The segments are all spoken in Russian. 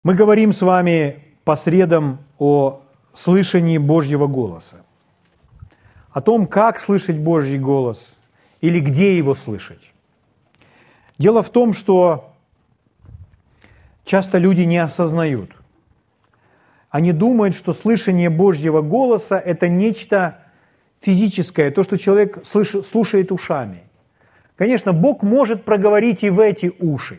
Мы говорим с вами по средам о слышании Божьего голоса, о том, как слышать Божий голос или где его слышать. Дело в том, что часто люди не осознают. Они думают, что слышание Божьего голоса – это нечто физическое, то, что человек слушает ушами. Конечно, Бог может проговорить и в эти уши.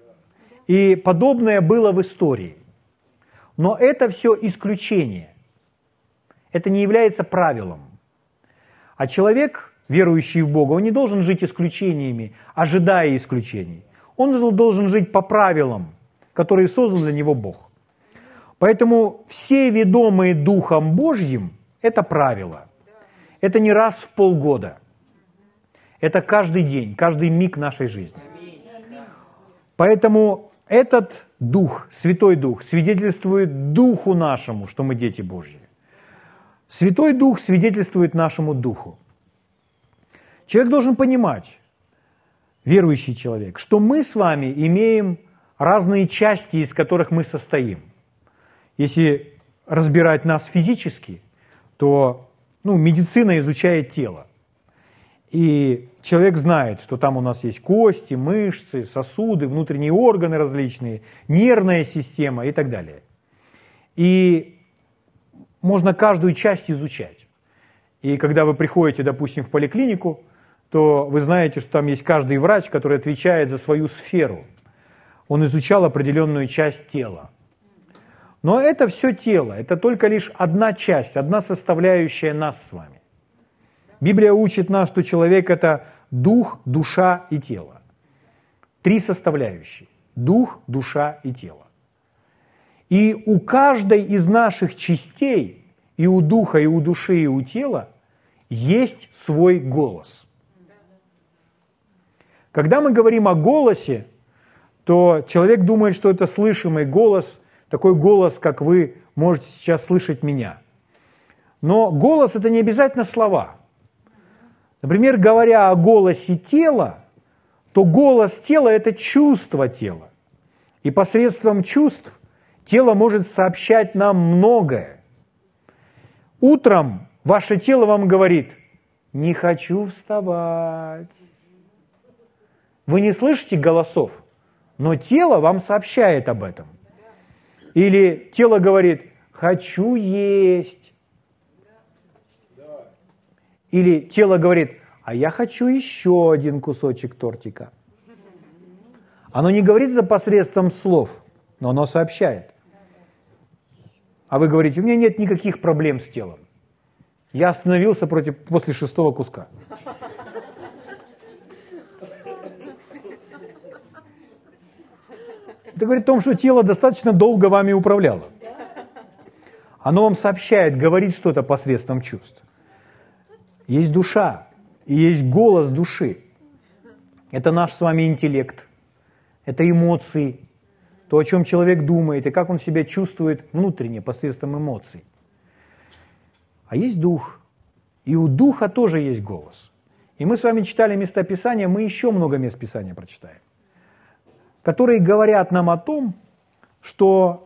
И подобное было в истории. Но это все исключение. Это не является правилом. А человек, верующий в Бога, он не должен жить исключениями, ожидая исключений. Он должен жить по правилам, которые создал для него Бог. Поэтому все ведомые Духом Божьим – это правило. Это не раз в полгода. Это каждый день, каждый миг нашей жизни. Поэтому этот Дух, Святой Дух, свидетельствует Духу нашему, что мы дети Божьи. Святой Дух свидетельствует нашему Духу. Человек должен понимать, верующий человек, что мы с вами имеем разные части, из которых мы состоим. Если разбирать нас физически, то медицина изучает тело. И человек знает, что там у нас есть кости, мышцы, сосуды, внутренние органы различные, нервная система и так далее. И можно каждую часть изучать. И когда вы приходите, допустим, в поликлинику, то вы знаете, что там есть каждый врач, который отвечает за свою сферу. Он изучал определенную часть тела. Но это все тело, это только лишь одна часть, одна составляющая нас с вами. Библия учит нас, что человек – это дух, душа и тело. Три составляющие – дух, душа и тело. И у каждой из наших частей, и у духа, и у души, и у тела, есть свой голос. Когда мы говорим о голосе, то человек думает, что это слышимый голос, такой голос, как вы можете сейчас слышать меня. Но голос – это не обязательно слова. Например, говоря о голосе тела, то голос тела – это чувство тела. И посредством чувств тело может сообщать нам многое. Утром ваше тело вам говорит: «Не хочу вставать». Вы не слышите голосов, но тело вам сообщает об этом. Или тело говорит: «Хочу есть». Или тело говорит: «А я хочу еще один кусочек тортика». Оно не говорит это посредством слов, но оно сообщает. А вы говорите: «У меня нет никаких проблем с телом. Я остановился после 6-го куска». Это говорит о том, что тело достаточно долго вами управляло. Оно вам сообщает, говорит что-то посредством чувств. Есть душа, и есть голос души. Это наш с вами интеллект, это эмоции, то, о чем человек думает, и как он себя чувствует внутренне, посредством эмоций. А есть дух, и у духа тоже есть голос. И мы с вами читали местописания, мы еще много мест Писания прочитаем, которые говорят нам о том, что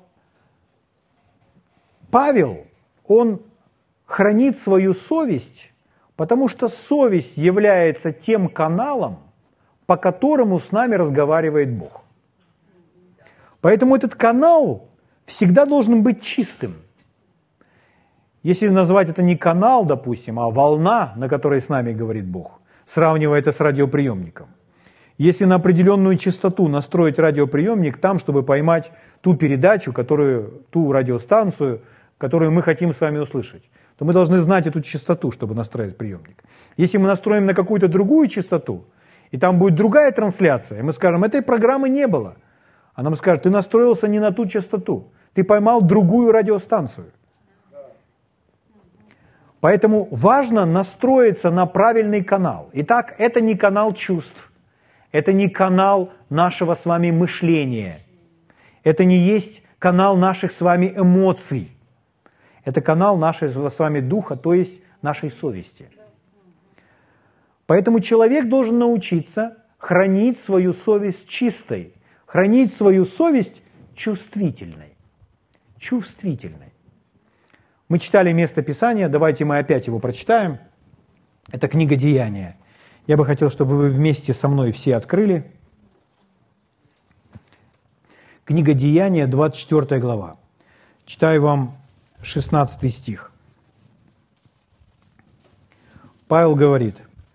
Павел, он хранит свою совесть, потому что совесть является тем каналом, по которому с нами разговаривает Бог. Поэтому этот канал всегда должен быть чистым. Если назвать это не канал, допустим, а волна, на которой с нами говорит Бог, сравнивая это с радиоприемником. Если на определенную частоту настроить радиоприемник там, чтобы поймать ту передачу, ту радиостанцию, которую мы хотим с вами услышать, то мы должны знать эту частоту, чтобы настроить приемник. Если мы настроим на какую-то другую частоту, и там будет другая трансляция, и мы скажем: этой программы не было. А нам скажут: ты настроился не на ту частоту, ты поймал другую радиостанцию. Поэтому важно настроиться на правильный канал. Итак, это не канал чувств, это не канал нашего с вами мышления, это не есть канал наших с вами эмоций. Это канал нашего с вами духа, то есть нашей совести. Поэтому человек должен научиться хранить свою совесть чистой, хранить свою совесть чувствительной. чувствительной. Мы читали место Писания, давайте мы опять его прочитаем. Это книга Деяния. Я бы хотел, чтобы вы вместе со мной все открыли. Книга Деяния, 24 глава. Читаю вам 16 стих. Павел говорит: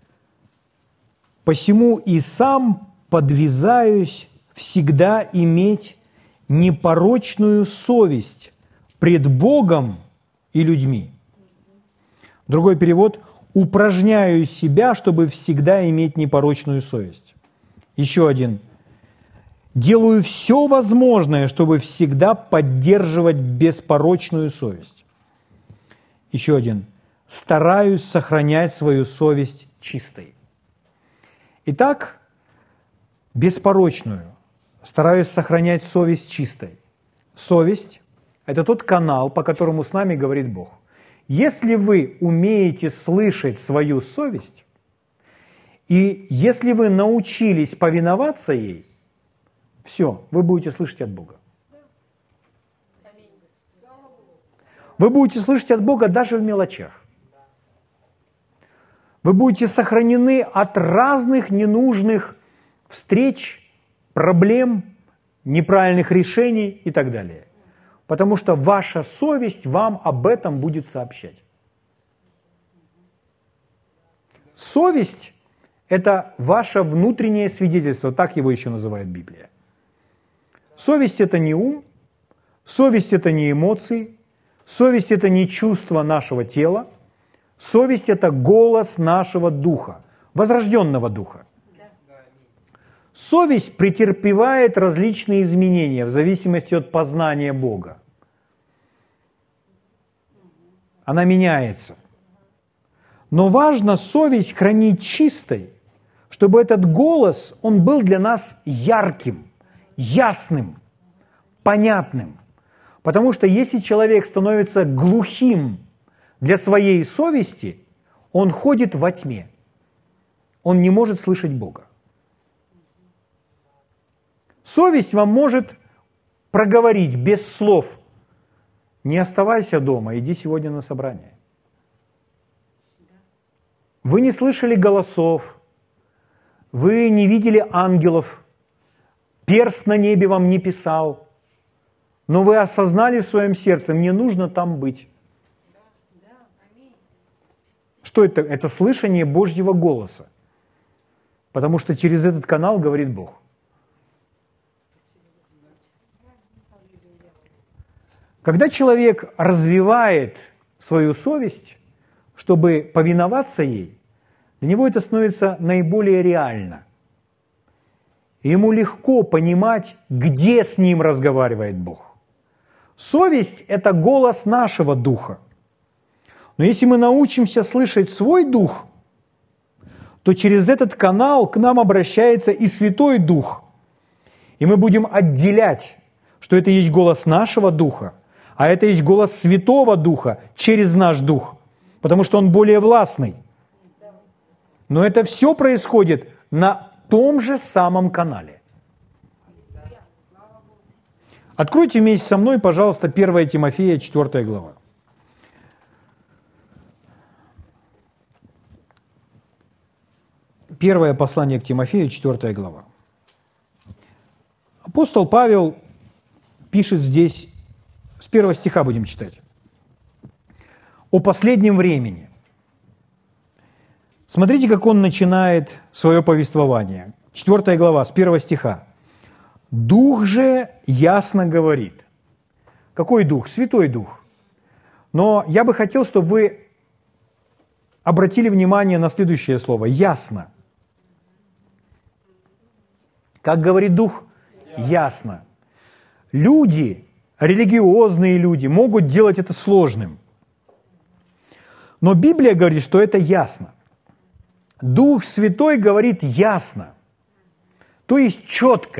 «Посему и сам подвязаюсь всегда иметь непорочную совесть пред Богом и людьми». Другой перевод: «Упражняю себя, чтобы всегда иметь непорочную совесть». Еще один: «Делаю все возможное, чтобы всегда поддерживать беспорочную совесть». Еще один: «Стараюсь сохранять свою совесть чистой». Итак, беспорочную. Стараюсь сохранять совесть чистой. Совесть – это тот канал, по которому с нами говорит Бог. Если вы умеете слышать свою совесть, и если вы научились повиноваться ей, все, вы будете слышать от Бога. Вы будете слышать от Бога даже в мелочах. Вы будете сохранены от разных ненужных встреч, проблем, неправильных решений и так далее. Потому что ваша совесть вам об этом будет сообщать. Совесть – это ваше внутреннее свидетельство, так его еще называет Библия. Совесть – это не ум, совесть – это не эмоции, совесть – это не чувство нашего тела, совесть – это голос нашего духа, возрожденного духа. Совесть претерпевает различные изменения в зависимости от познания Бога. Она меняется. Но важно совесть хранить чистой, чтобы этот голос, он был для нас ярким, ясным, понятным. Потому что если человек становится глухим для своей совести, он ходит во тьме. Он не может слышать Бога. Совесть вам может проговорить без слов: не оставайся дома, иди сегодня на собрание. Вы не слышали голосов, вы не видели ангелов, перст на небе вам не писал, но вы осознали в своем сердце: мне нужно там быть. Что это? Это слышание Божьего голоса, потому что через этот канал говорит Бог. Когда человек развивает свою совесть, чтобы повиноваться ей, для него это становится наиболее реально. И ему легко понимать, где с ним разговаривает Бог. Совесть – это голос нашего духа. Но если мы научимся слышать свой дух, то через этот канал к нам обращается и Святой Дух. И мы будем отделять, что это есть голос нашего духа, а это есть голос Святого Духа через наш дух, потому что он более властный. Но это все происходит на том же самом канале. Откройте вместе со мной, пожалуйста, 1 Тимофея, 4 глава. Первое послание к Тимофею, 4 глава. Апостол Павел пишет здесь, с 1 стиха будем читать, о последнем времени. Смотрите, как он начинает свое повествование. 4 глава, с 1 стиха. «Дух же ясно говорит». Какой дух? Святой Дух. Но я бы хотел, чтобы вы обратили внимание на следующее слово – «ясно». Как говорит Дух? Ясно. Люди, религиозные люди, могут делать это сложным. Но Библия говорит, что это ясно. Дух Святой говорит ясно, то есть четко.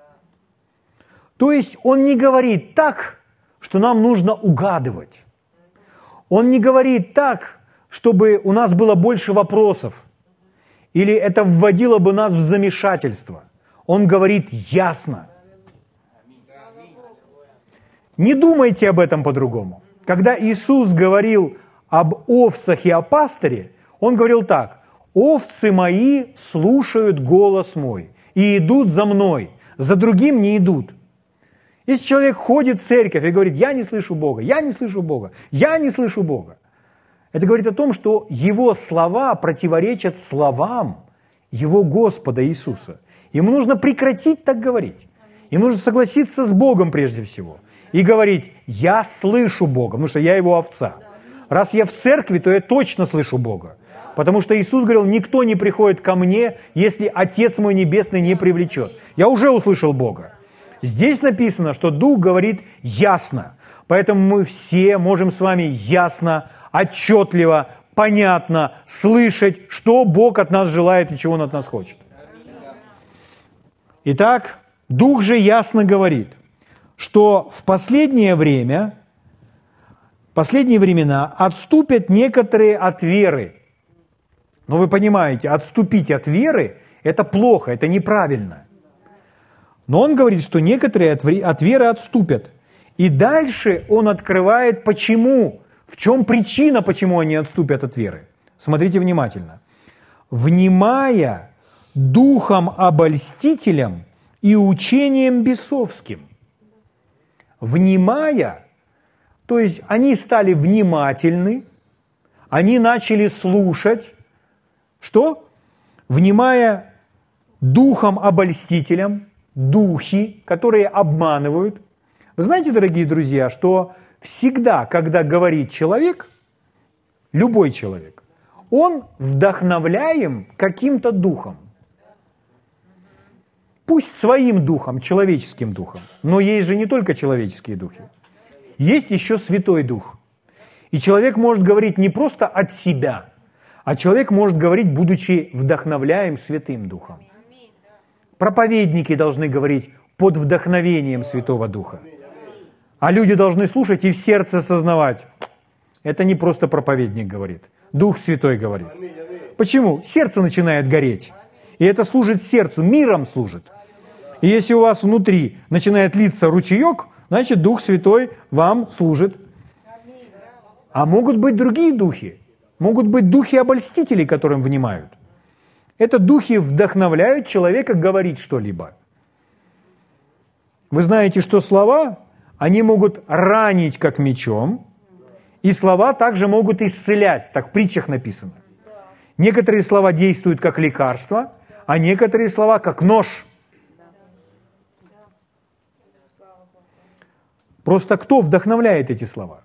То есть Он не говорит так, что нам нужно угадывать. Он не говорит так, чтобы у нас было больше вопросов, или это вводило бы нас в замешательство. Он говорит ясно. Не думайте об этом по-другому. Когда Иисус говорил об овцах и о пастыре, Он говорил так: «Овцы мои слушают голос мой и идут за мной, за другим не идут». Если человек ходит в церковь и говорит: «Я не слышу Бога, я не слышу Бога, я не слышу Бога», это говорит о том, что его слова противоречат словам его Господа Иисуса. Ему нужно прекратить так говорить. Ему нужно согласиться с Богом прежде всего и говорить: «Я слышу Бога, потому что я его овца. Раз я в церкви, то я точно слышу Бога». Потому что Иисус говорил: «Никто не приходит ко мне, если Отец мой Небесный не привлечет». Я уже услышал Бога. Здесь написано, что Дух говорит ясно. Поэтому мы все можем с вами ясно, отчетливо, понятно слышать, что Бог от нас желает и чего Он от нас хочет. Итак, Дух же ясно говорит, что в последние времена отступят некоторые от веры. Но вы понимаете, отступить от веры – это плохо, это неправильно. Но Он говорит, что некоторые от веры отступят. И дальше Он открывает, почему, в чем причина, почему они отступят от веры. Смотрите внимательно. «Внимая духом обольстителям и учением бесовским». Внимая, то есть они стали внимательны, они начали слушать. Что? Внимая духом обольстителям, духи, которые обманывают. Вы знаете, дорогие друзья, что всегда, когда говорит человек, любой человек, он вдохновляем каким-то духом. Пусть своим духом, человеческим духом, но есть же не только человеческие духи. Есть еще Святой Дух. И человек может говорить не просто от себя, а человек может говорить, будучи вдохновляем Святым Духом. Проповедники должны говорить под вдохновением Святого Духа. А люди должны слушать и в сердце осознавать. Это не просто проповедник говорит, Дух Святой говорит. Почему? Сердце начинает гореть. И это служит сердцу, миром служит. И если у вас внутри начинает литься ручеек, значит, Дух Святой вам служит. А могут быть другие духи. Могут быть духи обольстителей, которым внимают. Это духи вдохновляют человека говорить что-либо. Вы знаете, что слова, они могут ранить как мечом, и слова также могут исцелять, так в притчах написано. Некоторые слова действуют как лекарство, а некоторые слова как нож. Просто кто вдохновляет эти слова?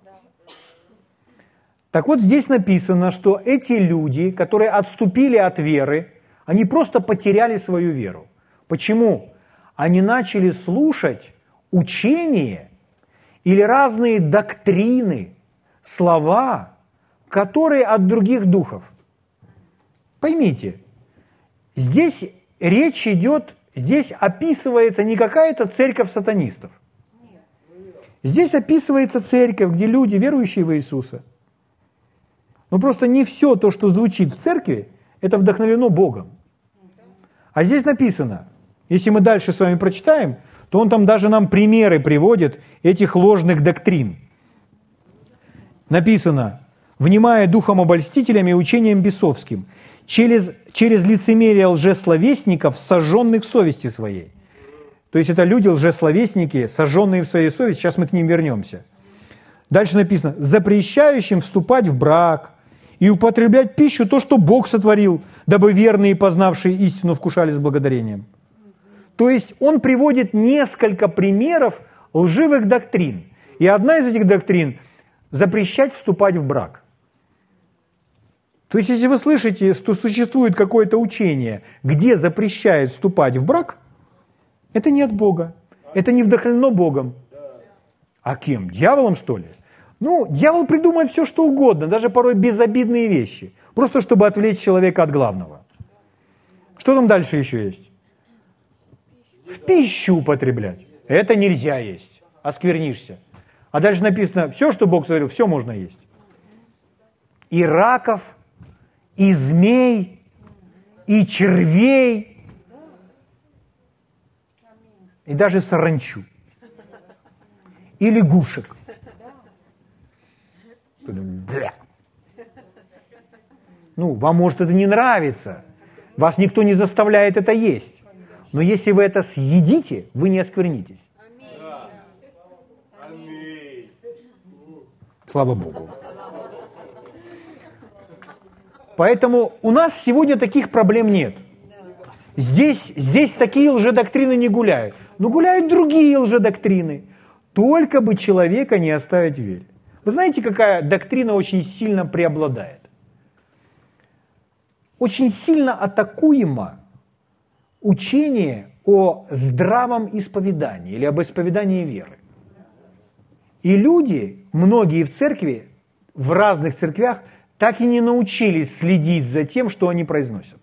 Так вот, здесь написано, что эти люди, которые отступили от веры, они просто потеряли свою веру. Почему? Они начали слушать учение или разные доктрины, слова, которые от других духов. Поймите, здесь речь идет, здесь описывается не какая-то церковь сатанистов. Здесь описывается церковь, где люди, верующие в Иисуса. Но просто не все то, что звучит в церкви, это вдохновлено Богом. А здесь написано, если мы дальше с вами прочитаем, то он там даже нам примеры приводит этих ложных доктрин. Написано: «Внимая духом обольстителям и учением бесовским, через лицемерие лжесловесников, сожженных в совести своей». То есть это люди, лжесловесники, сожженные в своей совести, сейчас мы к ним вернемся. Дальше написано: «Запрещающим вступать в брак и употреблять пищу то, что Бог сотворил, дабы верные, познавшие истину, вкушали с благодарением». То есть он приводит несколько примеров лживых доктрин. И одна из этих доктрин – запрещать вступать в брак. То есть если вы слышите, что существует какое-то учение, где запрещает вступать в брак, это не от Бога, это не вдохновлено Богом. А кем? Дьяволом, что ли? Ну, дьявол придумает все, что угодно, даже порой безобидные вещи, просто чтобы отвлечь человека от главного. Что там дальше еще есть? В пищу употреблять. Это нельзя есть, осквернишься. А дальше написано: все, что Бог сотворил, все можно есть. И раков, и змей, и червей, и даже саранчу. и лягушек. Бля. Ну, вам может это не нравится, вас никто не заставляет это есть. Но если вы это съедите, вы не осквернитесь. Слава Богу. Поэтому у нас сегодня таких проблем нет. Здесь такие лжедоктрины не гуляют. Но гуляют другие лжедоктрины. Только бы человека не оставить в вере. Вы знаете, какая доктрина очень сильно преобладает? Очень сильно атакуемо учение о здравом исповедании или об исповедании веры. И люди, многие в церкви, в разных церквях, так и не научились следить за тем, что они произносят.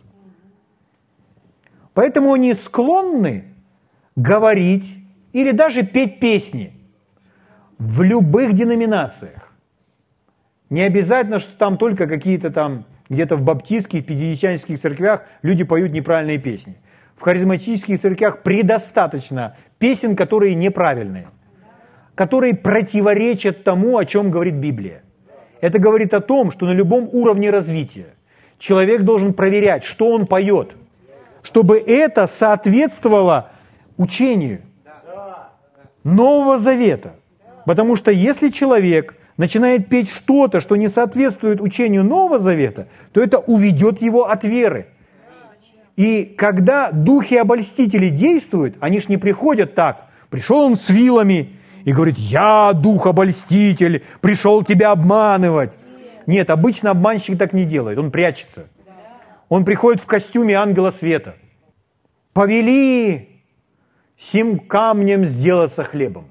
Поэтому они склонны говорить или даже петь песни в любых деноминациях. Не обязательно, что там только какие-то там, где-то в баптистских, пятидесятнических церквях люди поют неправильные песни. В харизматических церквях предостаточно песен, которые неправильные, которые противоречат тому, о чем говорит Библия. Это говорит о том, что на любом уровне развития человек должен проверять, что он поет, чтобы это соответствовало учению Нового Завета. Потому что если человек начинает петь что-то, что не соответствует учению Нового Завета, то это уведет его от веры. И когда духи-обольстители действуют, они ж не приходят так. Пришел он с вилами и говорит: «Я дух-обольститель, пришел тебя обманывать». Нет, обычно обманщик так не делает, он прячется. Он приходит в костюме ангела света. «Повели сим камнем сделаться хлебом».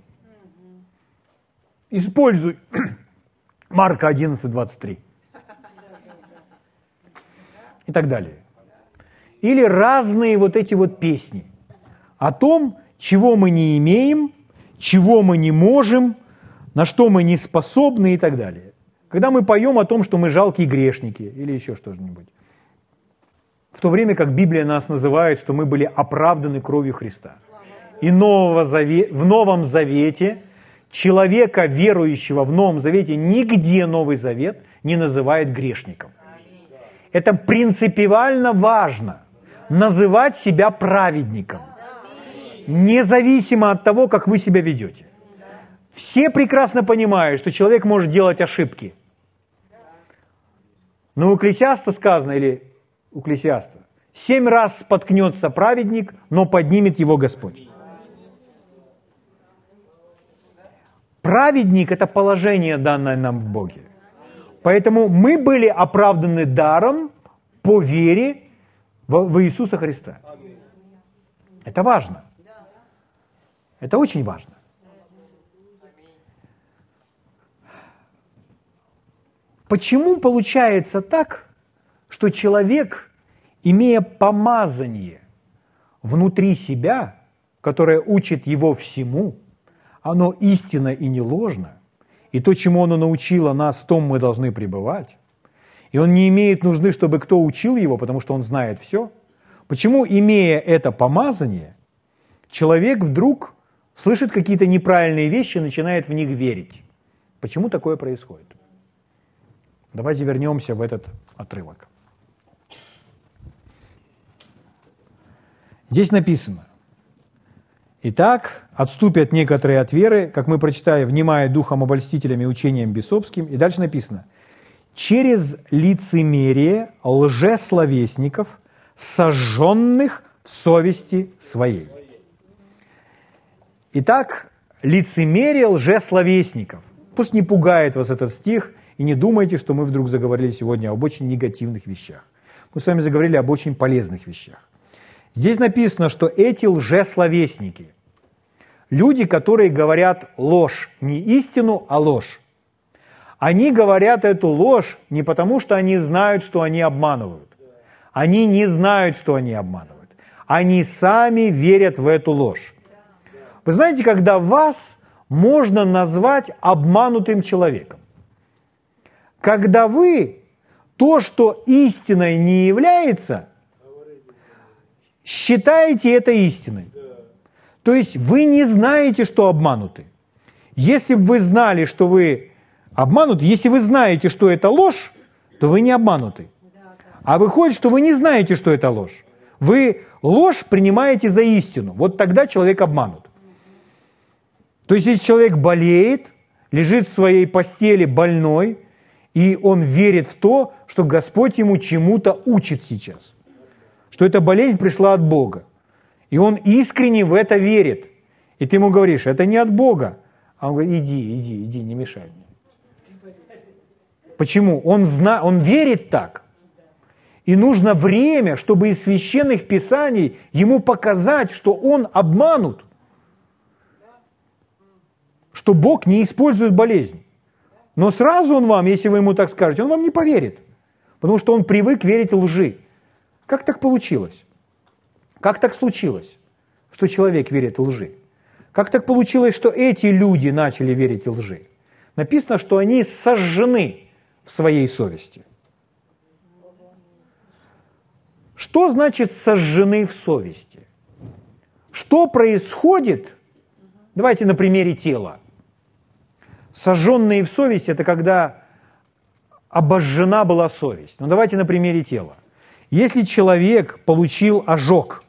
Используй Марка 11:23. И так далее. Или разные вот эти вот песни о том, чего мы не имеем, чего мы не можем, на что мы не способны и так далее. Когда мы поем о том, что мы жалкие грешники или еще что-нибудь, в то время как Библия нас называет, что мы были оправданы кровью Христа. И в Новом Завете человека, верующего в Новом Завете, нигде Новый Завет не называет грешником. Это принципиально важно – называть себя праведником, независимо от того, как вы себя ведете. Все прекрасно понимают, что человек может делать ошибки. Но у Экклесиаста сказано, или у Экклесиаста, 7 раз споткнется праведник, но поднимет его Господь. Праведник – это положение, данное нам в Боге. Поэтому мы были оправданы даром по вере в Иисуса Христа. Это важно. Это очень важно. Почему получается так, что человек, имея помазание внутри себя, которое учит его всему, оно истинно и не ложно, и то, чему оно научило нас, в том мы должны пребывать, и он не имеет нужды, чтобы кто учил его, потому что он знает все. Почему, имея это помазание, человек вдруг слышит какие-то неправильные вещи и начинает в них верить? Почему такое происходит? Давайте вернемся в этот отрывок. Здесь написано: «Итак, отступят некоторые от веры, как мы прочитаем, внимая духом обольстителям и учением бесовским». И дальше написано: «через лицемерие лжесловесников, сожженных в совести своей». Итак, лицемерие лжесловесников. Пусть не пугает вас этот стих, и не думайте, что мы вдруг заговорили сегодня об очень негативных вещах. Мы с вами заговорили об очень полезных вещах. Здесь написано, что эти лжесловесники, люди, которые говорят ложь, не истину, а ложь, они говорят эту ложь не потому, что они знают, что они обманывают. Они не знают, что они обманывают. Они сами верят в эту ложь. Вы знаете, когда вас можно назвать обманутым человеком? Когда вы то, что истиной не является, считаете это истиной. То есть вы не знаете, что обмануты. Если бы вы знали, что вы обмануты, если вы знаете, что это ложь, то вы не обмануты. А выходит, что вы не знаете, что это ложь. Вы ложь принимаете за истину. Вот тогда человек обманут. То есть, если человек болеет, лежит в своей постели больной, и он верит в то, что Господь ему чему-то учит сейчас, что эта болезнь пришла от Бога, и он искренне в это верит, и ты ему говоришь, это не от Бога, а он говорит, иди, не мешай мне. Почему? Он верит так. И нужно время, чтобы из священных писаний ему показать, что он обманут, что Бог не использует болезнь. Но сразу он вам, если вы ему так скажете, он вам не поверит, потому что он привык верить лжи. Как так получилось? Как так случилось, что человек верит лжи? Как так получилось, что эти люди начали верить лжи? Написано, что они сожжены в своей совести. Что значит сожжены в совести? Что происходит? Давайте на примере тела. Сожженные в совести – это когда обожжена была совесть. Но давайте на примере тела. Если человек получил ожог,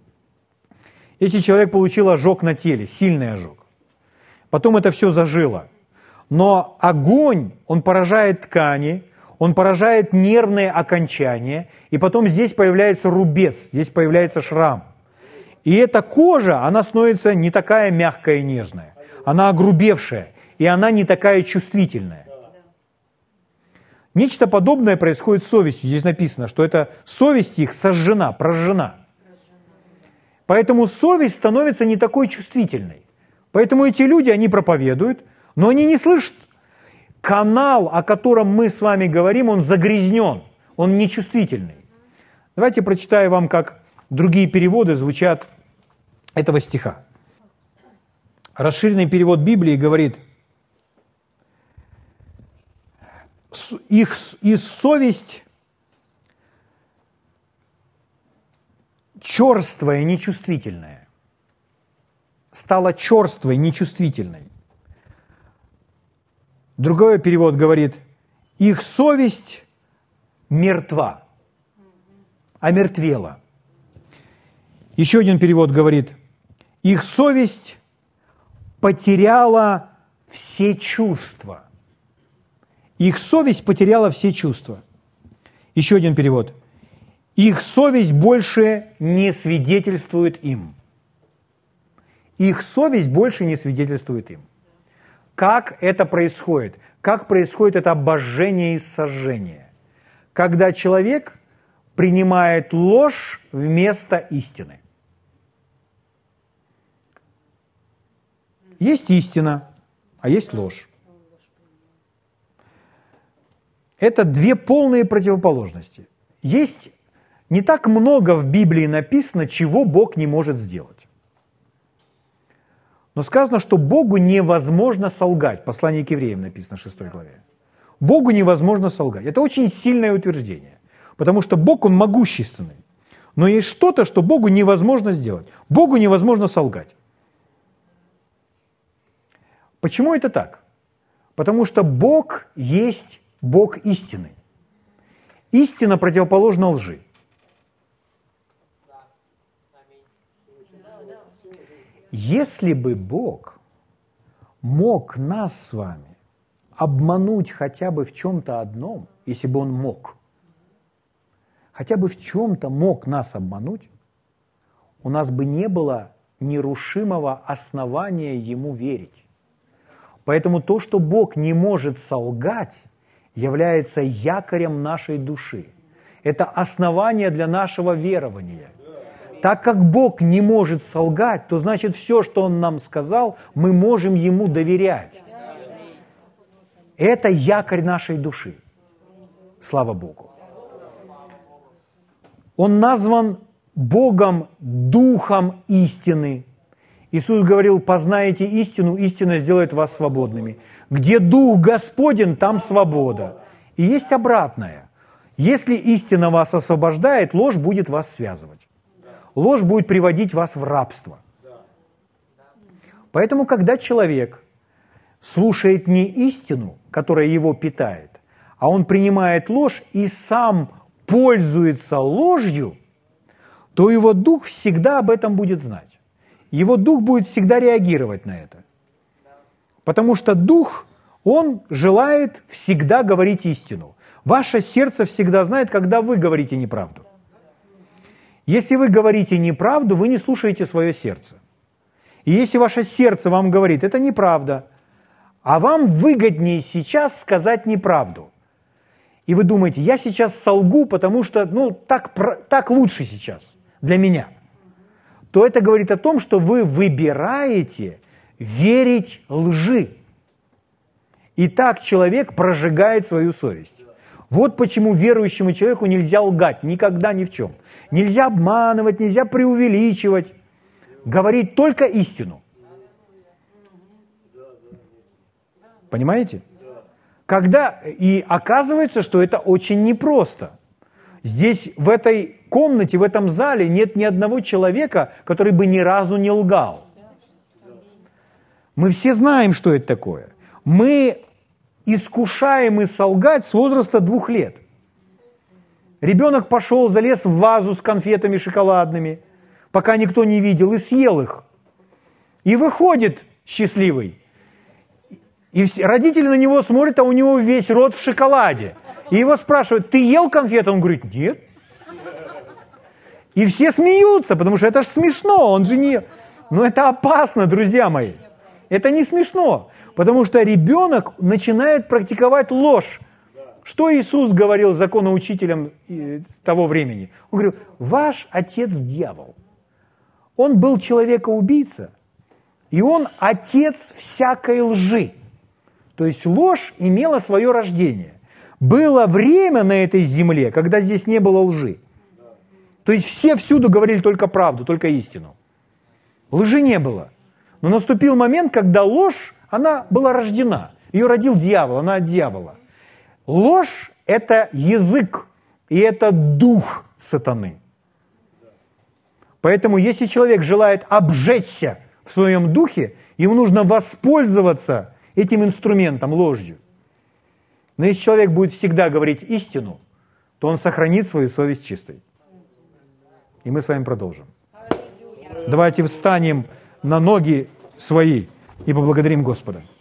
на теле, сильный ожог, потом это все зажило, но огонь, он поражает ткани, он поражает нервные окончания, и потом здесь появляется рубец, здесь появляется шрам. И эта кожа, она становится не такая мягкая и нежная, она огрубевшая, и она не такая чувствительная. Нечто подобное происходит с совестью. Здесь написано, что эта совесть их сожжена, прожжена. Поэтому совесть становится не такой чувствительной. Поэтому эти люди, они проповедуют, но они не слышат. Канал, о котором мы с вами говорим, он загрязнен, он нечувствительный. Давайте прочитаю вам, как другие переводы звучат этого стиха. Расширенный перевод Библии говорит, их совесть черствая, нечувствительная, стала черствой, нечувствительной. Другой перевод говорит, их совесть мертва, омертвела. Еще один перевод говорит, их совесть потеряла все чувства. Их совесть потеряла все чувства. Еще один перевод. Их совесть больше не свидетельствует им. Их совесть больше не свидетельствует им. Как это происходит? Как происходит это обожжение и сожжение? Когда человек принимает ложь вместо истины. Есть истина, а есть ложь. Это две полные противоположности. Есть не так много в Библии написано, чего Бог не может сделать. Но сказано, что Богу невозможно солгать. В послании к евреям написано в 6 главе. Богу невозможно солгать. Это очень сильное утверждение. Потому что Бог, Он могущественный. Но есть что-то, что Богу невозможно сделать. Богу невозможно солгать. Почему это так? Потому что Бог есть Бог истины. Истина противоположна лжи. Если бы Бог мог нас с вами обмануть хотя бы в чем-то одном, если бы Он мог, хотя бы в чем-то мог нас обмануть, у нас бы не было нерушимого основания Ему верить. Поэтому то, что Бог не может солгать, является якорем нашей души. Это основание для нашего верования. Так как Бог не может солгать, то значит все, что Он нам сказал, мы можем Ему доверять. Это якорь нашей души. Слава Богу. Он назван Богом, Духом истины. Иисус говорил, познаете истину, истина сделает вас свободными. Где Дух Господень, там свобода. И есть обратное. Если истина вас освобождает, ложь будет вас связывать. Ложь будет приводить вас в рабство. Поэтому, когда человек слушает не истину, которая его питает, а он принимает ложь и сам пользуется ложью, то его дух всегда об этом будет знать. Его дух будет всегда реагировать на это. Потому что дух, он желает всегда говорить истину. Ваше сердце всегда знает, когда вы говорите неправду. Если вы говорите неправду, вы не слушаете свое сердце. И если ваше сердце вам говорит, это неправда, а вам выгоднее сейчас сказать неправду, и вы думаете, я сейчас солгу, потому что так лучше сейчас для меня, то это говорит о том, что вы выбираете верить лжи. И так человек прожигает свою совесть. Вот почему верующему человеку нельзя лгать никогда ни в чем. Нельзя обманывать, нельзя преувеличивать. Говорить только истину. Понимаете? И оказывается, что это очень непросто. Здесь, в этой комнате, в этом зале нет ни одного человека, который бы ни разу не лгал. Мы все знаем, что это такое. Мы искушаемы солгать с возраста 2 лет. Ребенок пошел, залез в вазу с конфетами шоколадными, пока никто не видел, и съел их. И выходит счастливый. И родители на него смотрят, а у него весь рот в шоколаде. И его спрашивают, ты ел конфеты? Он говорит, нет. И все смеются, потому что это же смешно, он же не... Но это опасно, друзья мои. Это не смешно, потому что ребенок начинает практиковать ложь. Что Иисус говорил законоучителям того времени? Он говорил, ваш отец дьявол. Он был человека-убийца, и он отец всякой лжи. То есть ложь имела свое рождение. Было время на этой земле, когда здесь не было лжи. То есть все всюду говорили только правду, только истину. Лжи не было. Но наступил момент, когда ложь, она была рождена. Ее родил дьявол, она от дьявола. Ложь – это язык, и это дух сатаны. Поэтому, если человек желает обжечься в своем духе, ему нужно воспользоваться этим инструментом, ложью. Но если человек будет всегда говорить истину, то он сохранит свою совесть чистой. И мы с вами продолжим. Давайте встанем на ноги свои и поблагодарим Господа.